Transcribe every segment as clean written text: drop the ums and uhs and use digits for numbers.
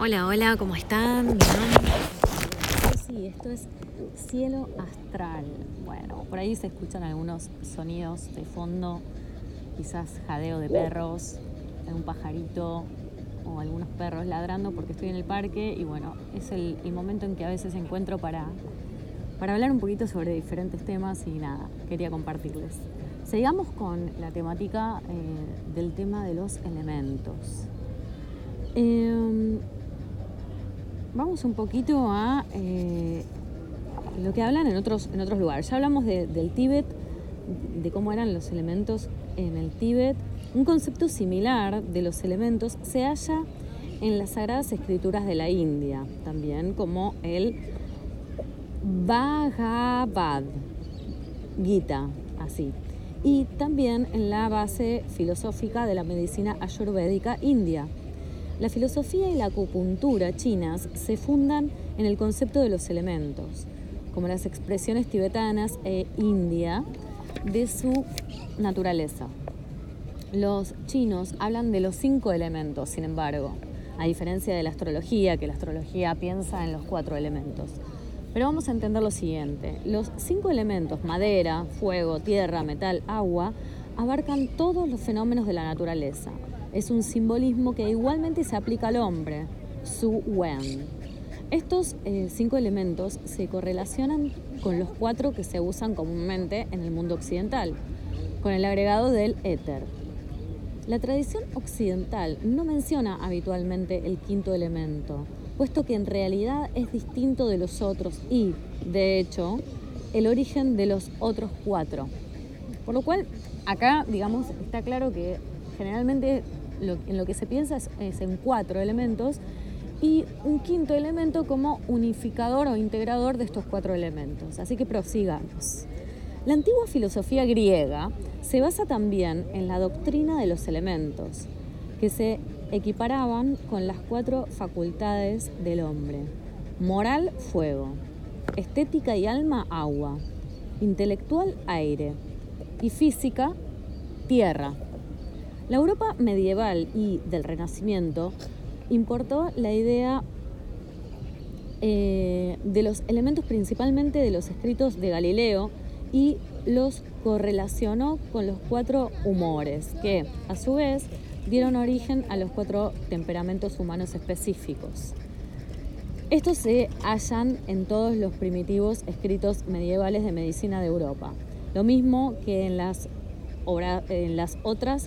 Hola, hola, ¿cómo están? Mi nombre es Ceci, esto es Cielo Astral. Bueno, por ahí se escuchan algunos sonidos de fondo, quizás jadeo de perros, algún pajarito o algunos perros ladrando porque estoy en el parque y bueno, es el momento en que a veces encuentro para hablar un poquito sobre diferentes temas y nada, quería compartirles. Sigamos con la temática del tema de los elementos. Vamos un poquito a lo que hablan en otros lugares. Ya hablamos del Tíbet, de cómo eran los elementos en el Tíbet. Un concepto similar de los elementos se halla en las Sagradas Escrituras de la India, también como el Bhagavad Gita, así. Y también en la base filosófica de la medicina ayurvédica india. La filosofía y la acupuntura chinas se fundan en el concepto de los elementos, como las expresiones tibetanas e india de su naturaleza. Los chinos hablan de los 5 elementos, sin embargo, a diferencia de la astrología, que la astrología piensa en los 4 elementos. Pero vamos a entender lo siguiente. Los 5 elementos, madera, fuego, tierra, metal, agua, abarcan todos los fenómenos de la naturaleza. Es un simbolismo que igualmente se aplica al hombre, Su Wen. Estos 5 elementos se correlacionan con los 4 que se usan comúnmente en el mundo occidental, con el agregado del éter. La tradición occidental no menciona habitualmente el 5.º elemento, puesto que en realidad es distinto de los otros y, de hecho, el origen de los otros 4. Por lo cual, acá, digamos, está claro que generalmente en lo que se piensa es en 4 elementos y un 5.º elemento como unificador o integrador de estos 4 elementos. Así que prosigamos. La antigua filosofía griega se basa también en la doctrina de los elementos, que se equiparaban con las 4 facultades del hombre: moral, fuego; estética y alma, agua; intelectual, aire; y física, tierra. La Europa medieval y del Renacimiento importó la idea de los elementos principalmente de los escritos de Galileo y los correlacionó con los 4 humores, que a su vez dieron origen a los 4 temperamentos humanos específicos. Estos se hallan en todos los primitivos escritos medievales de medicina de Europa, lo mismo que en las otras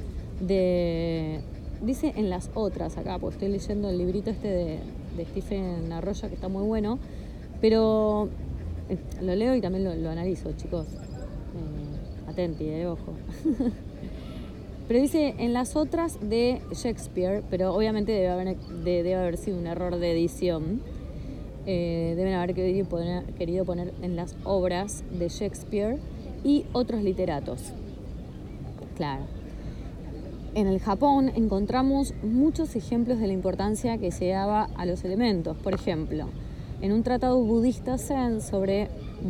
dice en las otras acá, porque estoy leyendo el librito de Stephen Arroyo, que está muy bueno, pero lo leo y también lo analizo, chicos. Atenti, ojo. Pero dice en las otras de Shakespeare, pero obviamente debe haber sido un error de edición. Deben haber querido poner en las obras de Shakespeare y otros literatos. Claro. En el Japón encontramos muchos ejemplos de la importancia que se daba a los elementos. Por ejemplo, en un tratado budista zen sobre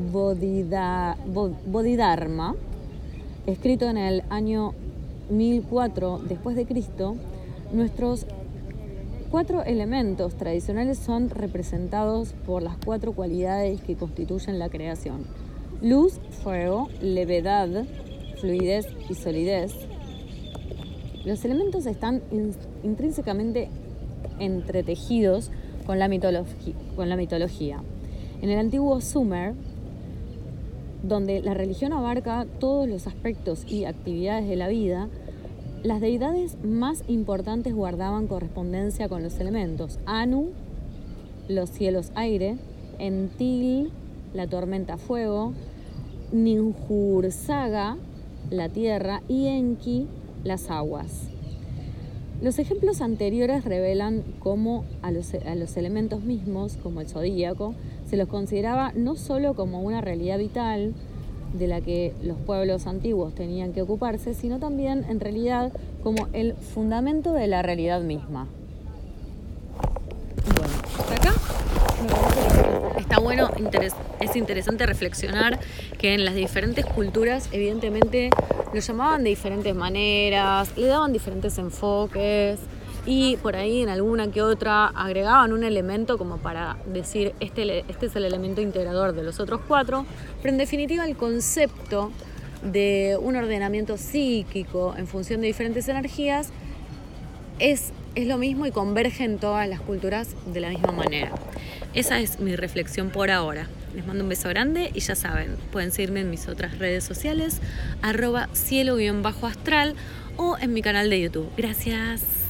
Bodhidharma, escrito en el año 1004 después de Cristo, nuestros 4 elementos tradicionales son representados por las 4 cualidades que constituyen la creación: luz, fuego, levedad, fluidez y solidez. Los elementos están intrínsecamente entretejidos con la mitología. En el antiguo Sumer, donde la religión abarca todos los aspectos y actividades de la vida, las deidades más importantes guardaban correspondencia con los elementos: Anu, los cielos aire; Entil, la tormenta fuego; Ninjursaga, la tierra; y Enki, las aguas. Los ejemplos anteriores revelan cómo a los elementos mismos, como el zodíaco, se los consideraba no solo como una realidad vital de la que los pueblos antiguos tenían que ocuparse, sino también, en realidad, como el fundamento de la realidad misma. Bueno, hasta acá me parece que está bueno, es interesante reflexionar que en las diferentes culturas, evidentemente, lo llamaban de diferentes maneras, le daban diferentes enfoques, y por ahí en alguna que otra agregaban un elemento como para decir este es el elemento integrador de los otros 4, pero en definitiva el concepto de un ordenamiento psíquico en función de diferentes energías es lo mismo y converge en todas las culturas de la misma manera. Esa es mi reflexión por ahora. Les mando un beso grande y ya saben, pueden seguirme en mis otras redes sociales, @cielo_astral o en mi canal de YouTube. Gracias.